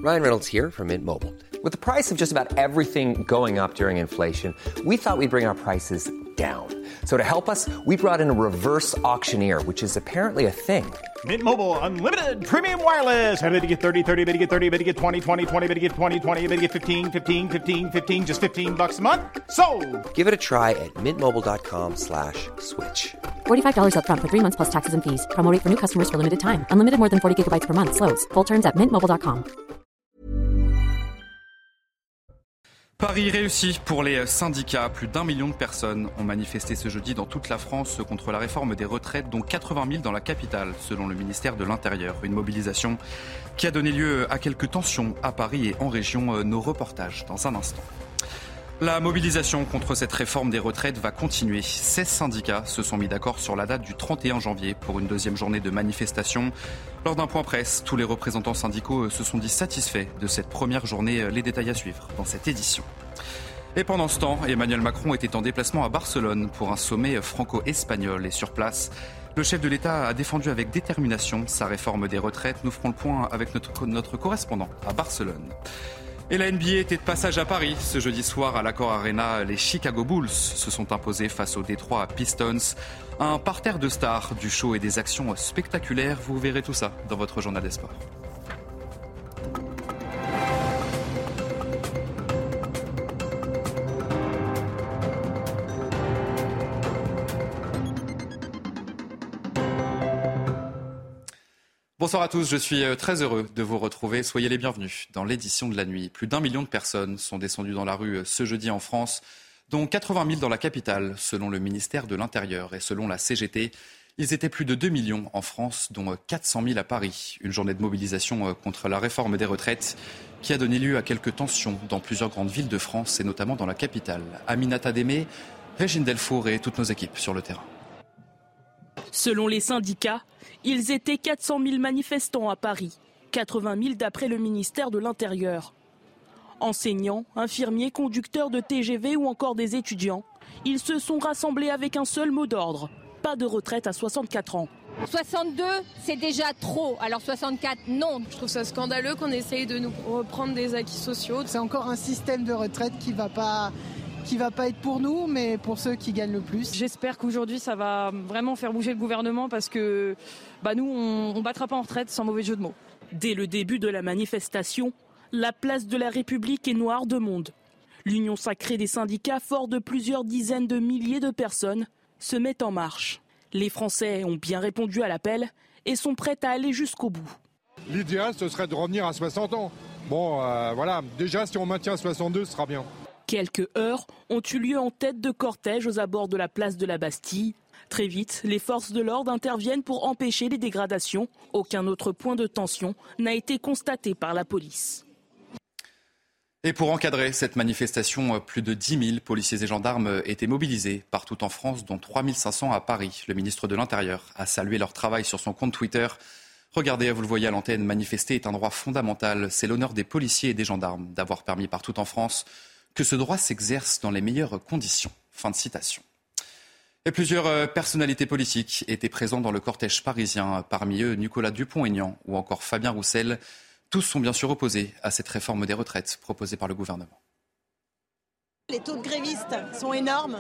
Ryan Reynolds here from Mint Mobile. With the price of just about everything going up during inflation, we thought we'd bring our prices down. So to help us, we brought in a reverse auctioneer, which is apparently a thing. Mint Mobile Unlimited Premium Wireless. How to get 30, 30, bit to get 30, bit to get 20, 20, 20, bit to get 20, 20, bit to get 15, 15, 15, 15, just $15 a month? Sold! Give it a try at mintmobile.com/switch. $45 up front for 3 months plus taxes and fees. Promo rate for new customers for limited time. Unlimited more than 40 gigabytes per month. Slows full terms at mintmobile.com. Paris réussi pour les syndicats. Plus d'1 million de personnes ont manifesté ce jeudi dans toute la France contre la réforme des retraites, dont 80 000 dans la capitale, selon le ministère de l'Intérieur. Une mobilisation qui a donné lieu à quelques tensions à Paris et en région. Nos reportages dans un instant. La mobilisation contre cette réforme des retraites va continuer. 16 syndicats se sont mis d'accord sur la date du 31 janvier pour une deuxième journée de manifestation. Lors d'un point presse, tous les représentants syndicaux se sont dit satisfaits de cette première journée. Les détails à suivre dans cette édition. Et pendant ce temps, Emmanuel Macron était en déplacement à Barcelone pour un sommet franco-espagnol. Et sur place, le chef de l'État a défendu avec détermination sa réforme des retraites. Nous ferons le point avec notre correspondant à Barcelone. Et la NBA était de passage à Paris. Ce jeudi soir, à l'Accor Arena, les Chicago Bulls se sont imposés face aux Detroit Pistons. Un parterre de stars, du show et des actions spectaculaires. Vous verrez tout ça dans votre journal des sports. Bonsoir à tous, je suis très heureux de vous retrouver. Soyez les bienvenus dans l'édition de la nuit. Plus d'1 million de personnes sont descendues dans la rue ce jeudi en France, dont 80 000 dans la capitale, selon le ministère de l'Intérieur. Et selon la CGT, ils étaient plus de 2 millions en France, dont 400 000 à Paris. Une journée de mobilisation contre la réforme des retraites qui a donné lieu à quelques tensions dans plusieurs grandes villes de France et notamment dans la capitale. Aminata Démé, Régine Delfour et toutes nos équipes sur le terrain. Selon les syndicats, ils étaient 400 000 manifestants à Paris, 80 000 d'après le ministère de l'Intérieur. Enseignants, infirmiers, conducteurs de TGV ou encore des étudiants, ils se sont rassemblés avec un seul mot d'ordre, pas de retraite à 64 ans. 62, c'est déjà trop, alors 64, non. Je trouve ça scandaleux qu'on essaye de nous reprendre des acquis sociaux. C'est encore un système de retraite qui va pas être pour nous, mais pour ceux qui gagnent le plus. J'espère qu'aujourd'hui, ça va vraiment faire bouger le gouvernement parce que nous, on ne battra pas en retraite sans mauvais jeu de mots. Dès le début de la manifestation, la place de la République est noire de monde. L'union sacrée des syndicats, fort de plusieurs dizaines de milliers de personnes, se met en marche. Les Français ont bien répondu à l'appel et sont prêts à aller jusqu'au bout. L'idéal, ce serait de revenir à 60 ans. Voilà, déjà, si on maintient 62, ce sera bien. Quelques heurts ont eu lieu en tête de cortège aux abords de la place de la Bastille. Très vite, les forces de l'ordre interviennent pour empêcher les dégradations. Aucun autre point de tension n'a été constaté par la police. Et pour encadrer cette manifestation, plus de 10 000 policiers et gendarmes étaient mobilisés partout en France, dont 3 500 à Paris. Le ministre de l'Intérieur a salué leur travail sur son compte Twitter. Regardez, vous le voyez à l'antenne, manifester est un droit fondamental. C'est l'honneur des policiers et des gendarmes d'avoir permis partout en France que ce droit s'exerce dans les meilleures conditions. Fin de citation. Et plusieurs personnalités politiques étaient présentes dans le cortège parisien. Parmi eux, Nicolas Dupont-Aignan ou encore Fabien Roussel. Tous sont bien sûr opposés à cette réforme des retraites proposée par le gouvernement. Les taux de grévistes sont énormes.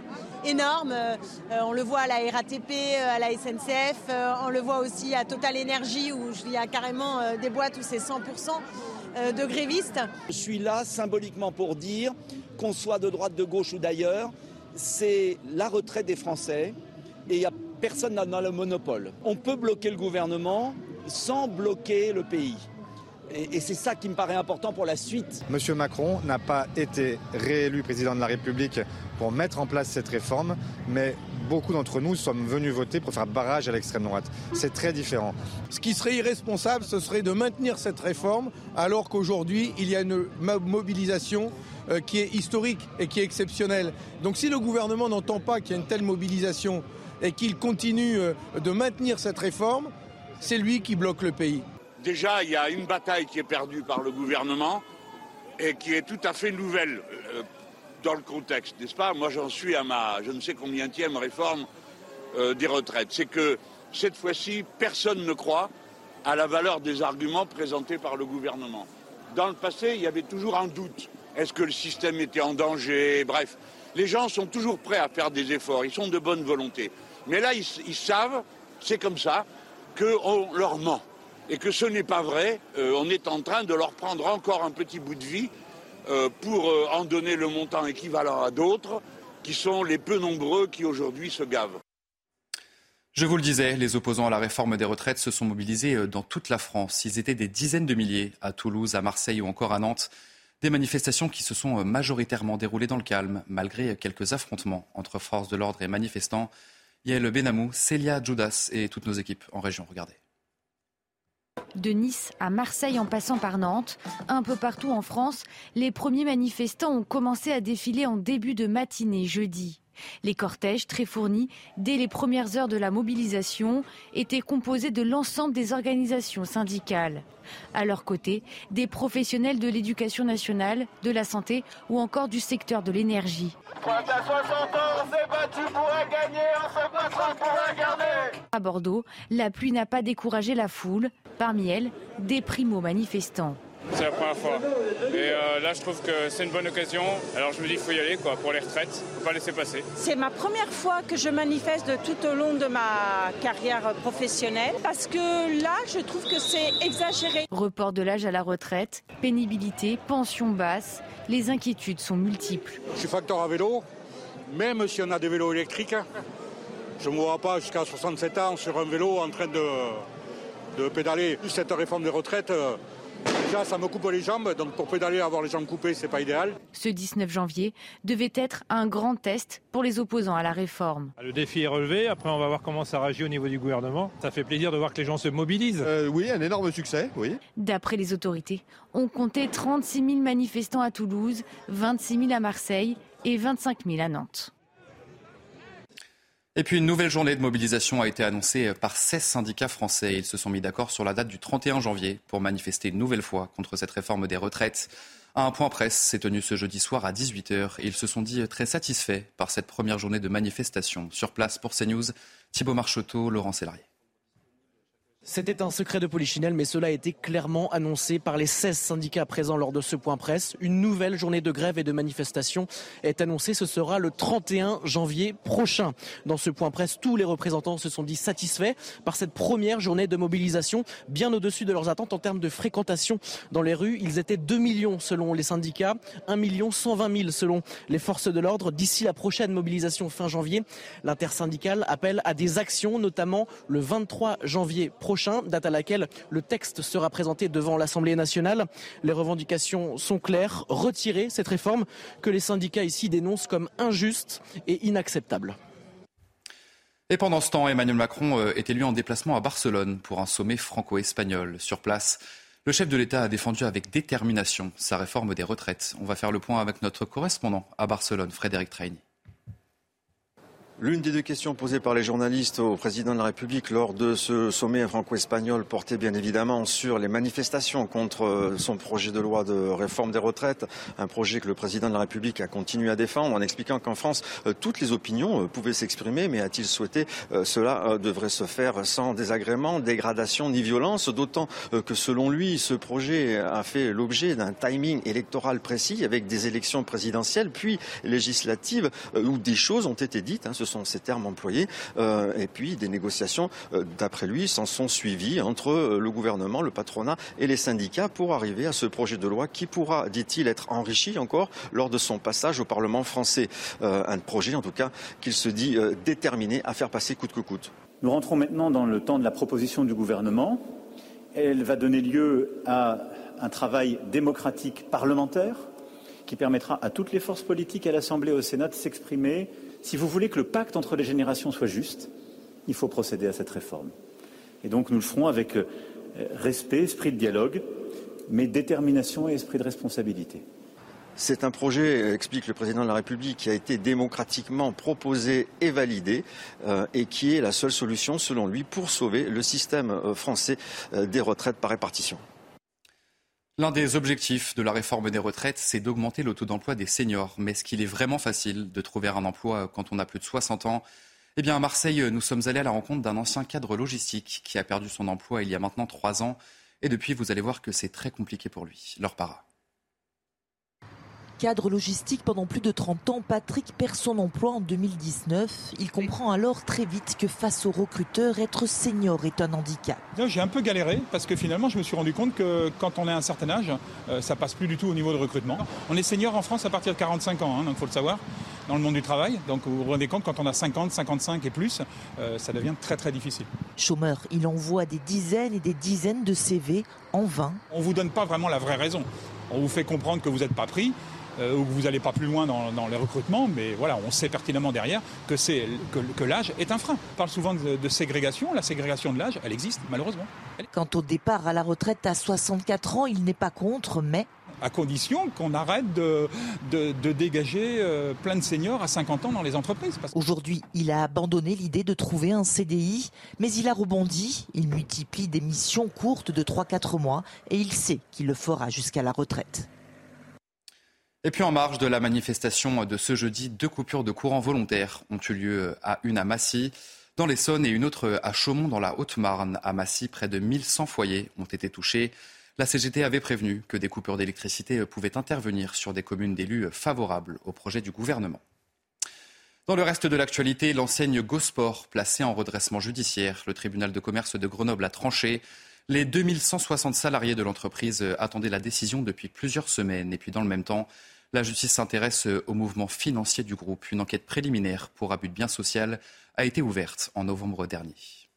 On le voit à la RATP, à la SNCF, on le voit aussi à Total Energy où il y a carrément des boîtes où c'est 100% de grévistes. Je suis là symboliquement pour dire qu'on soit de droite, de gauche ou d'ailleurs, c'est la retraite des Français et il n'y a personne dans le monopole. On peut bloquer le gouvernement sans bloquer le pays. Et c'est ça qui me paraît important pour la suite. Monsieur Macron n'a pas été réélu président de la République pour mettre en place cette réforme, mais beaucoup d'entre nous sommes venus voter pour faire barrage à l'extrême droite. C'est très différent. Ce qui serait irresponsable, ce serait de maintenir cette réforme alors qu'aujourd'hui, il y a une mobilisation qui est historique et qui est exceptionnelle. Donc si le gouvernement n'entend pas qu'il y a une telle mobilisation et qu'il continue de maintenir cette réforme, c'est lui qui bloque le pays. Déjà, il y a une bataille qui est perdue par le gouvernement et qui est tout à fait nouvelle dans le contexte, n'est-ce pas ? Moi, j'en suis à ma je ne sais combienième réforme des retraites. C'est que cette fois-ci, personne ne croit à la valeur des arguments présentés par le gouvernement. dans le passé, il y avait toujours un doute. Est-ce que le système était en danger? Bref, les gens sont toujours prêts à faire des efforts, ils sont de bonne volonté. Mais là, ils savent, c'est comme ça, qu'on leur ment. Et que ce n'est pas vrai, on est en train de leur prendre encore un petit bout de vie pour en donner le montant équivalent à d'autres, qui sont les peu nombreux qui aujourd'hui se gavent. Je vous le disais, les opposants à la réforme des retraites se sont mobilisés dans toute la France. Ils étaient des dizaines de milliers à Toulouse, à Marseille ou encore à Nantes. Des manifestations qui se sont majoritairement déroulées dans le calme, malgré quelques affrontements entre forces de l'ordre et manifestants. Yael Benamou, Célia Judas et toutes nos équipes en région. Regardez. De Nice à Marseille en passant par Nantes, un peu partout en France, les premiers manifestants ont commencé à défiler en début de matinée jeudi. Les cortèges, très fournis dès les premières heures de la mobilisation, étaient composés de l'ensemble des organisations syndicales. À leur côté, des professionnels de l'éducation nationale, de la santé ou encore du secteur de l'énergie. Quand à 60 ans, on s'est battu pour la gagner, on se battra pour la garder. À Bordeaux, la pluie n'a pas découragé la foule. Parmi elles, des primo-manifestants. C'est la première fois. Et là, je trouve que c'est une bonne occasion. Alors je me dis qu'il faut y aller pour les retraites. Il ne faut pas laisser passer. C'est ma première fois que je manifeste tout au long de ma carrière professionnelle. Parce que là, je trouve que c'est exagéré. Report de l'âge à la retraite, pénibilité, pension basse. Les inquiétudes sont multiples. Je suis facteur à vélo. Même si on a des vélos électriques, je ne me vois pas jusqu'à 67 ans sur un vélo en train de pédaler. Cette réforme des retraites... Déjà, ça me coupe les jambes, donc pour pédaler, avoir les jambes coupées, c'est pas idéal. Ce 19 janvier devait être un grand test pour les opposants à la réforme. Le défi est relevé, après on va voir comment ça réagit au niveau du gouvernement. Ça fait plaisir de voir que les gens se mobilisent. Oui, un énorme succès, oui. D'après les autorités, on comptait 36 000 manifestants à Toulouse, 26 000 à Marseille et 25 000 à Nantes. Et puis une nouvelle journée de mobilisation a été annoncée par 16 syndicats français. Ils se sont mis d'accord sur la date du 31 janvier pour manifester une nouvelle fois contre cette réforme des retraites. Un point presse s'est tenu ce jeudi soir à 18h et ils se sont dit très satisfaits par cette première journée de manifestation. Sur place pour CNews, Thibaut Marcheteau, Laurent Sélarié. C'était un secret de polichinelle, mais cela a été clairement annoncé par les 16 syndicats présents lors de ce point presse. Une nouvelle journée de grève et de manifestation est annoncée. Ce sera le 31 janvier prochain. Dans ce point presse, tous les représentants se sont dit satisfaits par cette première journée de mobilisation, bien au-dessus de leurs attentes en termes de fréquentation dans les rues. Ils étaient 2 millions selon les syndicats, 1 120 000 selon les forces de l'ordre. D'ici la prochaine mobilisation fin janvier, l'intersyndicale appelle à des actions, notamment le 23 janvier prochain, date à laquelle le texte sera présenté devant l'Assemblée nationale. Les revendications sont claires, retirer cette réforme que les syndicats ici dénoncent comme injuste et inacceptable. Et pendant ce temps, Emmanuel Macron était lui en déplacement à Barcelone pour un sommet franco-espagnol. Sur place, le chef de l'État a défendu avec détermination sa réforme des retraites. On va faire le point avec notre correspondant à Barcelone, Frédéric Traini. L'une des deux questions posées par les journalistes au président de la République lors de ce sommet franco-espagnol portait bien évidemment sur les manifestations contre son projet de loi de réforme des retraites, un projet que le président de la République a continué à défendre en expliquant qu'en France, toutes les opinions pouvaient s'exprimer, mais a-t-il souhaité cela devrait se faire sans désagrément, dégradation ni violence, d'autant que selon lui, ce projet a fait l'objet d'un timing électoral précis avec des élections présidentielles puis législatives où des choses ont été dites, ce sont ces termes employés, et puis des négociations, d'après lui, s'en sont suivies entre le gouvernement, le patronat et les syndicats pour arriver à ce projet de loi qui pourra, dit-il, être enrichi encore lors de son passage au Parlement français. Un projet, en tout cas, qu'il se dit déterminé à faire passer coûte que coûte. Nous rentrons maintenant dans le temps de la proposition du gouvernement. Elle va donner lieu à un travail démocratique parlementaire qui permettra à toutes les forces politiques à l'Assemblée et au Sénat de s'exprimer. Si vous voulez que le pacte entre les générations soit juste, il faut procéder à cette réforme. Et donc nous le ferons avec respect, esprit de dialogue, mais détermination et esprit de responsabilité. C'est un projet, explique le président de la République, qui a été démocratiquement proposé et validé et qui est la seule solution, selon lui, pour sauver le système français des retraites par répartition. L'un des objectifs de la réforme des retraites, c'est d'augmenter le taux d'emploi des seniors. Mais est-ce qu'il est vraiment facile de trouver un emploi quand on a plus de 60 ans ? Eh bien, à Marseille, nous sommes allés à la rencontre d'un ancien cadre logistique qui a perdu son emploi il y a maintenant 3 ans. Et depuis, vous allez voir que c'est très compliqué pour lui. Laure Para. Cadre logistique pendant plus de 30 ans, Patrick perd son emploi en 2019. Il comprend alors très vite que face aux recruteurs, être senior est un handicap. J'ai un peu galéré parce que finalement je me suis rendu compte que quand on a un certain âge, ça passe plus du tout au niveau de recrutement. On est senior en France à partir de 45 ans, donc il faut le savoir, dans le monde du travail. Donc vous vous rendez compte, quand on a 50, 55 et plus, ça devient très très difficile. Chômeur, il envoie des dizaines et des dizaines de CV en vain. On ne vous donne pas vraiment la vraie raison. On vous fait comprendre que vous n'êtes pas pris. Ou que vous n'allez pas plus loin dans les recrutements, mais voilà, on sait pertinemment derrière que l'âge est un frein. On parle souvent de ségrégation, la ségrégation de l'âge, elle existe malheureusement. Quant au départ à la retraite à 64 ans, il n'est pas contre, mais... À condition qu'on arrête de dégager plein de seniors à 50 ans dans les entreprises. Aujourd'hui, il a abandonné l'idée de trouver un CDI, mais il a rebondi. Il multiplie des missions courtes de 3-4 mois et il sait qu'il le fera jusqu'à la retraite. Et puis en marge de la manifestation de ce jeudi, 2 coupures de courant volontaires ont eu lieu une à Massy, dans l'Essonne, et une autre à Chaumont, dans la Haute-Marne. À Massy, près de 1100 foyers ont été touchés. La CGT avait prévenu que des coupures d'électricité pouvaient intervenir sur des communes d'élus favorables au projet du gouvernement. Dans le reste de l'actualité, l'enseigne Gosport, placée en redressement judiciaire. Le tribunal de commerce de Grenoble a tranché. Les 2160 salariés de l'entreprise attendaient la décision depuis plusieurs semaines. Et puis dans le même temps, la justice s'intéresse au mouvement financier du groupe. Une enquête préliminaire pour abus de biens social a été ouverte en novembre dernier.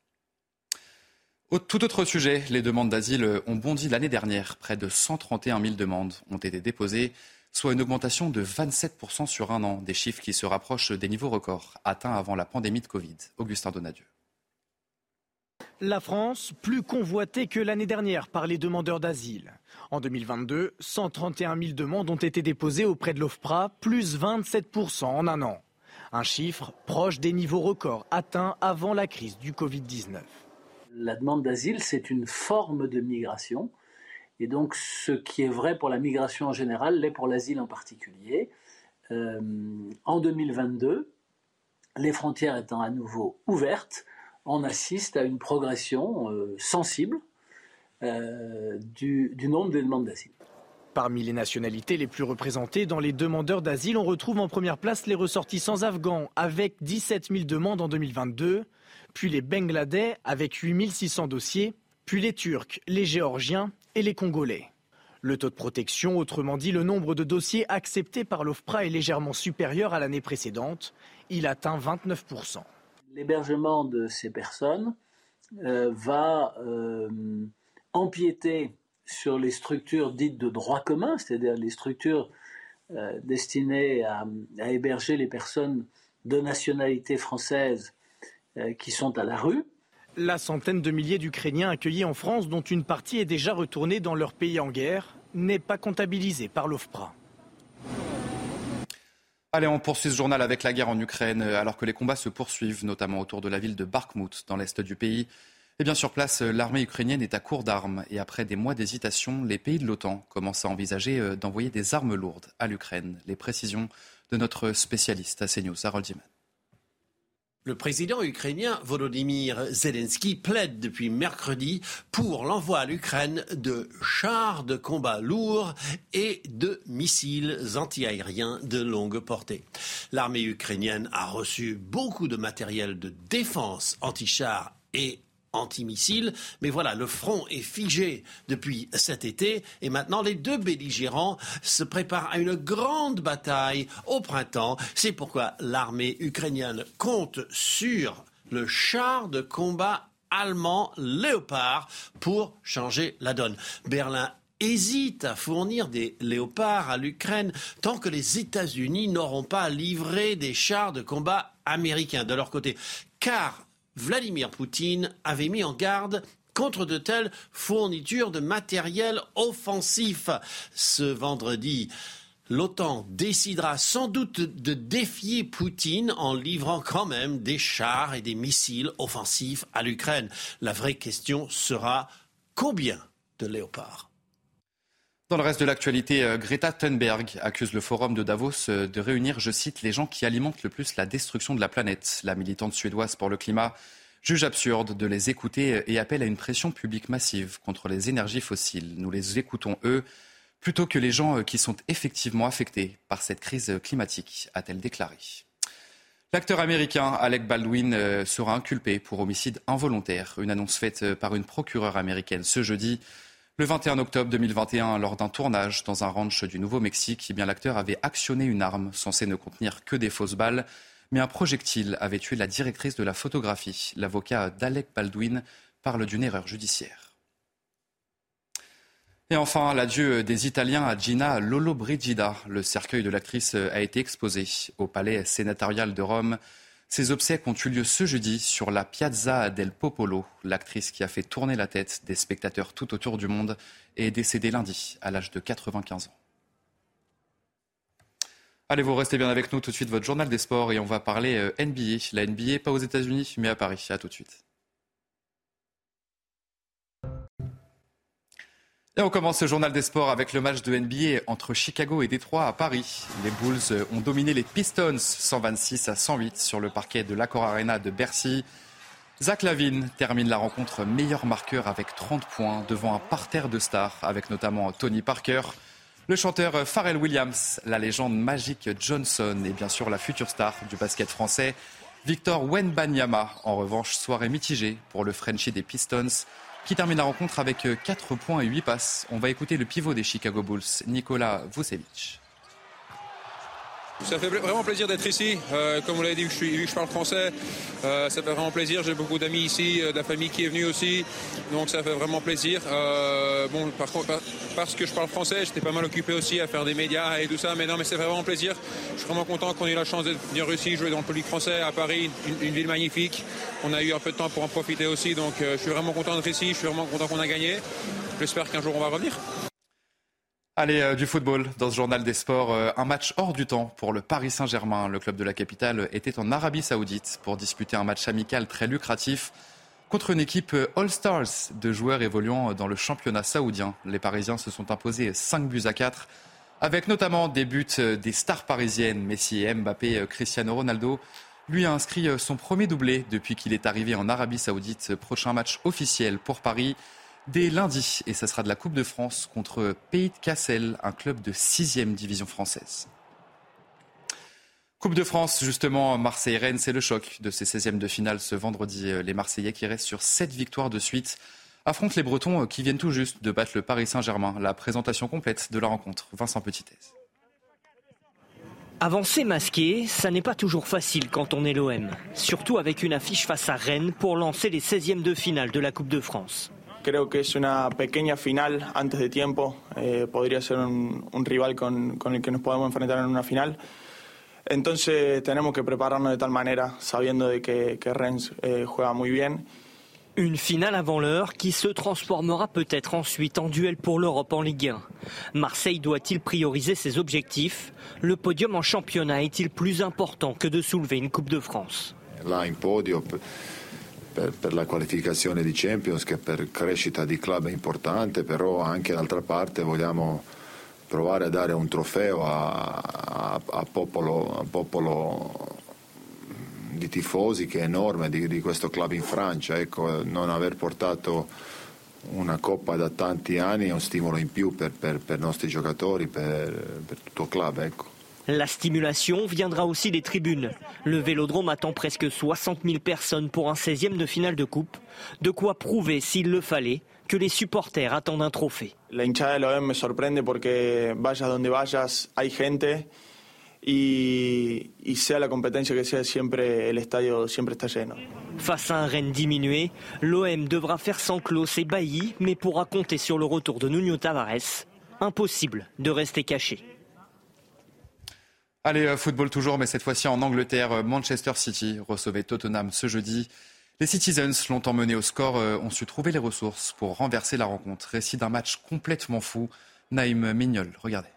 Tout autre sujet, les demandes d'asile ont bondi l'année dernière. Près de 131 000 demandes ont été déposées, soit une augmentation de 27% sur un an. Des chiffres qui se rapprochent des niveaux records atteints avant la pandémie de Covid. Augustin Donadieu. La France, plus convoitée que l'année dernière par les demandeurs d'asile. En 2022, 131 000 demandes ont été déposées auprès de l'OFPRA, plus 27% en un an. Un chiffre proche des niveaux records atteints avant la crise du Covid-19. La demande d'asile, c'est une forme de migration. Et donc, ce qui est vrai pour la migration en général l'est pour l'asile en particulier. En 2022, les frontières étant à nouveau ouvertes, on assiste à une progression sensible du nombre de demandes d'asile. Parmi les nationalités les plus représentées dans les demandeurs d'asile, on retrouve en première place les ressortissants afghans avec 17 000 demandes en 2022, puis les Bangladais avec 8 600 dossiers, puis les Turcs, les Géorgiens et les Congolais. Le taux de protection, autrement dit le nombre de dossiers acceptés par l'OFPRA, est légèrement supérieur à l'année précédente. Il atteint 29%. L'hébergement de ces personnes va empiéter sur les structures dites de droit commun, c'est-à-dire les structures destinées à héberger les personnes de nationalité française qui sont à la rue. La centaine de milliers d'Ukrainiens accueillis en France, dont une partie est déjà retournée dans leur pays en guerre, n'est pas comptabilisée par l'OFPRA. Allez, on poursuit ce journal avec la guerre en Ukraine. Alors que les combats se poursuivent, notamment autour de la ville de Bakhmout, dans l'est du pays. Et bien sur place, l'armée ukrainienne est à court d'armes. Et après des mois d'hésitation, les pays de l'OTAN commencent à envisager d'envoyer des armes lourdes à l'Ukraine. Les précisions de notre spécialiste à CNews, Harold Iman. Le président ukrainien Volodymyr Zelensky plaide depuis mercredi pour l'envoi à l'Ukraine de chars de combat lourds et de missiles antiaériens de longue portée. L'armée ukrainienne a reçu beaucoup de matériel de défense anti-chars et antimissiles, mais voilà, le front est figé depuis cet été et maintenant les deux belligérants se préparent à une grande bataille au printemps. C'est pourquoi l'armée ukrainienne compte sur le char de combat allemand Léopard pour changer la donne. Berlin hésite à fournir des léopards à l'Ukraine tant que les États-Unis n'auront pas livré des chars de combat américains de leur côté. Car Vladimir Poutine avait mis en garde contre de telles fournitures de matériel offensif. Ce vendredi, l'OTAN décidera sans doute de défier Poutine en livrant quand même des chars et des missiles offensifs à l'Ukraine. La vraie question sera combien de léopards ? Dans le reste de l'actualité, Greta Thunberg accuse le forum de Davos de réunir, je cite, les gens qui alimentent le plus la destruction de la planète. La militante suédoise pour le climat juge absurde de les écouter et appelle à une pression publique massive contre les énergies fossiles. Nous les écoutons, eux, plutôt que les gens qui sont effectivement affectés par cette crise climatique, a-t-elle déclaré. L'acteur américain Alec Baldwin sera inculpé pour homicide involontaire. Une annonce faite par une procureure américaine ce jeudi. Le 21 octobre 2021, lors d'un tournage dans un ranch du Nouveau-Mexique, l'acteur avait actionné une arme censée ne contenir que des fausses balles, mais un projectile avait tué la directrice de la photographie. L'avocat d'Alec Baldwin parle d'une erreur judiciaire. Et enfin, l'adieu des Italiens à Gina Lollobrigida. Le cercueil de l'actrice a été exposé au palais sénatorial de Rome. Ses obsèques ont eu lieu ce jeudi sur la Piazza del Popolo. L'actrice qui a fait tourner la tête des spectateurs tout autour du monde est décédée lundi à l'âge de 95 ans. Allez, vous restez bien avec nous. Tout de suite, votre journal des sports et on va parler NBA. La NBA, pas aux États-Unis, mais à Paris. À tout de suite. Et on commence ce journal des sports avec le match de NBA entre Chicago et Détroit à Paris. Les Bulls ont dominé les Pistons 126-108 sur le parquet de l'Accor Arena de Bercy. Zach LaVine termine la rencontre meilleur marqueur avec 30 points devant un parterre de stars avec notamment Tony Parker, le chanteur Pharrell Williams, la légende Magic Johnson et bien sûr la future star du basket français Victor Wembanyama. En revanche, soirée mitigée pour le Frenchie des Pistons qui termine la rencontre avec 4 points et 8 passes. On va écouter le pivot des Chicago Bulls, Nikola Vucevic. Ça fait vraiment plaisir d'être ici. Comme vous l'avez dit, vu que je parle français, ça fait vraiment plaisir. J'ai beaucoup d'amis ici, de la famille qui est venue aussi. Donc ça fait vraiment plaisir. Par contre, parce que je parle français, j'étais pas mal occupé aussi à faire des médias et tout ça. Mais ça fait vraiment plaisir. Je suis vraiment content qu'on ait eu la chance de venir ici, jouer dans le public français à Paris, une ville magnifique. On a eu un peu de temps pour en profiter aussi. Donc je suis vraiment content d'être ici. Je suis vraiment content qu'on a gagné. J'espère qu'un jour on va revenir. Allez, du football dans ce journal des sports. Un match hors du temps pour le Paris Saint-Germain. Le club de la capitale était en Arabie Saoudite pour disputer un match amical très lucratif contre une équipe All-Stars de joueurs évoluant dans le championnat saoudien. Les Parisiens se sont imposés 5-4 avec notamment des buts des stars parisiennes, Messi et Mbappé. Cristiano Ronaldo, lui, a inscrit son premier doublé depuis qu'il est arrivé en Arabie Saoudite. Prochain match officiel pour Paris dès lundi, et ça sera de la Coupe de France contre Pays de Cassel, un club de 6e division française. Coupe de France, justement, Marseille-Rennes, c'est le choc de ces 16e de finale ce vendredi. Les Marseillais qui restent sur 7 victoires de suite affrontent les Bretons qui viennent tout juste de battre le Paris Saint-Germain. La présentation complète de la rencontre, Vincent Petitez. Avancer masqué, ça n'est pas toujours facile quand on est l'OM. Surtout avec une affiche face à Rennes pour lancer les 16e de finale de la Coupe de France. Creo que es una pequeña final antes de tiempo. Podría ser un rival con el que nos podemos enfrentar en una final. Entonces tenemos que prepararnos de tal manera, sabiendo de que Rennes juega muy bien. Une finale avant l'heure qui se transformera peut-être ensuite en duel pour l'Europe en Ligue 1. Marseille doit-il prioriser ses objectifs? Le podium en championnat est-il plus important que de soulever une Coupe de France? Là, in podio per la qualificazione di Champions, che per crescita di club è importante, però anche d'altra parte vogliamo provare a dare un trofeo a popolo di tifosi che è enorme di questo club in Francia. Ecco, non aver portato una coppa da tanti anni è un stimolo in più per i nostri giocatori, per tutto il club, ecco. La stimulation viendra aussi des tribunes. Le Vélodrome attend presque 60 000 personnes pour un 16e de finale de coupe. De quoi prouver, s'il le fallait, que les supporters attendent un trophée. La hinchada de l'OM me sorprende porque vayas donde vayas, hay gente y sea la competencia que sea, siempre el estadio siempre está lleno. Face à un Rennes diminué, l'OM devra faire sans Klaus et Bailly, mais pourra compter sur le retour de Nuno Tavares. Impossible de rester caché. Allez, football toujours, mais cette fois-ci en Angleterre. Manchester City recevait Tottenham ce jeudi. Les Citizens, longtemps menés au score, ont su trouver les ressources pour renverser la rencontre. Récit d'un match complètement fou. Naïm Mignol, regardez.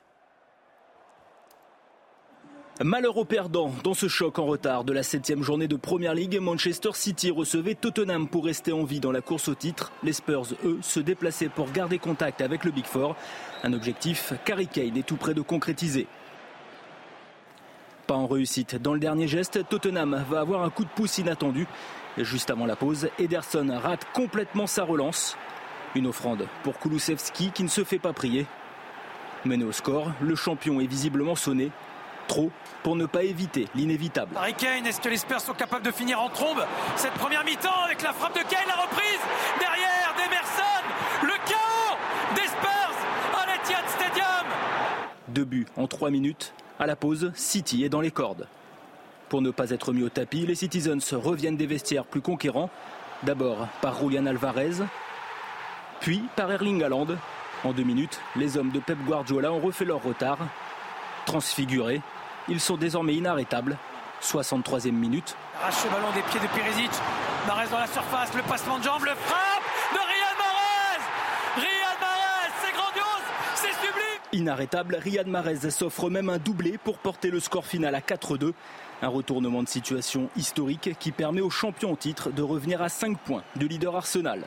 Malheureux perdant dans ce choc en retard de la 7e journée de Premier League, Manchester City recevait Tottenham pour rester en vie dans la course au titre. Les Spurs, eux, se déplaçaient pour garder contact avec le Big Four. Un objectif qu'Harry Kane est tout près de concrétiser. Pas en réussite. Dans le dernier geste, Tottenham va avoir un coup de pouce inattendu. Juste avant la pause, Ederson rate complètement sa relance. Une offrande pour Kulusevski qui ne se fait pas prier. Mené au score, le champion est visiblement sonné. Trop pour ne pas éviter l'inévitable. Harry Kane, est-ce que les Spurs sont capables de finir en trombe cette première mi-temps avec la frappe de Kane, la reprise derrière d'Emerson, le chaos des Spurs à l'Etihad Stadium. 2 buts en 3 minutes. À la pause, City est dans les cordes. Pour ne pas être mis au tapis, les Citizens reviennent des vestiaires plus conquérants. D'abord par Julian Alvarez, puis par Erling Haaland. En 2 minutes, les hommes de Pep Guardiola ont refait leur retard. Transfigurés, ils sont désormais inarrêtables. 63e minute. Arrache le ballon des pieds de Perisic. Mahrez dans la surface, le passement de jambes, le frappe de Riyad Mahrez. Riyad Mahrez, c'est grandiose, c'est sublime. Inarrêtable, Riyad Mahrez s'offre même un doublé pour porter le score final à 4-2. Un retournement de situation historique qui permet aux champions en titre de revenir à 5 points du leader Arsenal.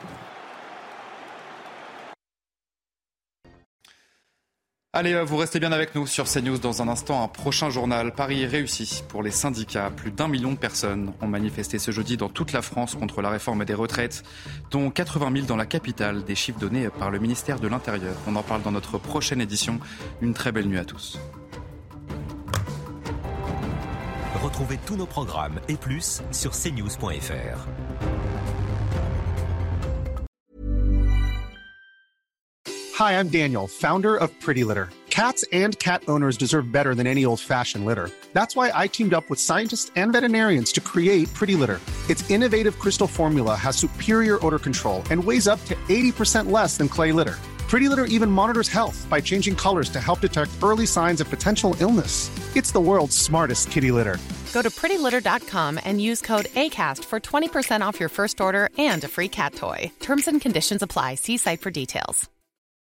Allez, vous restez bien avec nous sur CNews. Dans un instant, un prochain journal. Paris réussi pour les syndicats. Plus d'1 million de personnes ont manifesté ce jeudi dans toute la France contre la réforme des retraites, dont 80 000 dans la capitale, des chiffres donnés par le ministère de l'Intérieur. On en parle dans notre prochaine édition. Une très belle nuit à tous. Retrouvez tous nos programmes et plus sur cnews.fr. Hi, I'm Daniel, founder of Pretty Litter. Cats and cat owners deserve better than any old-fashioned litter. That's why I teamed up with scientists and veterinarians to create Pretty Litter. Its innovative crystal formula has superior odor control and weighs up to 80% less than clay litter. Pretty Litter even monitors health by changing colors to help detect early signs of potential illness. It's the world's smartest kitty litter. Go to prettylitter.com and use code ACAST for 20% off your first order and a free cat toy. Terms and conditions apply. See site for details.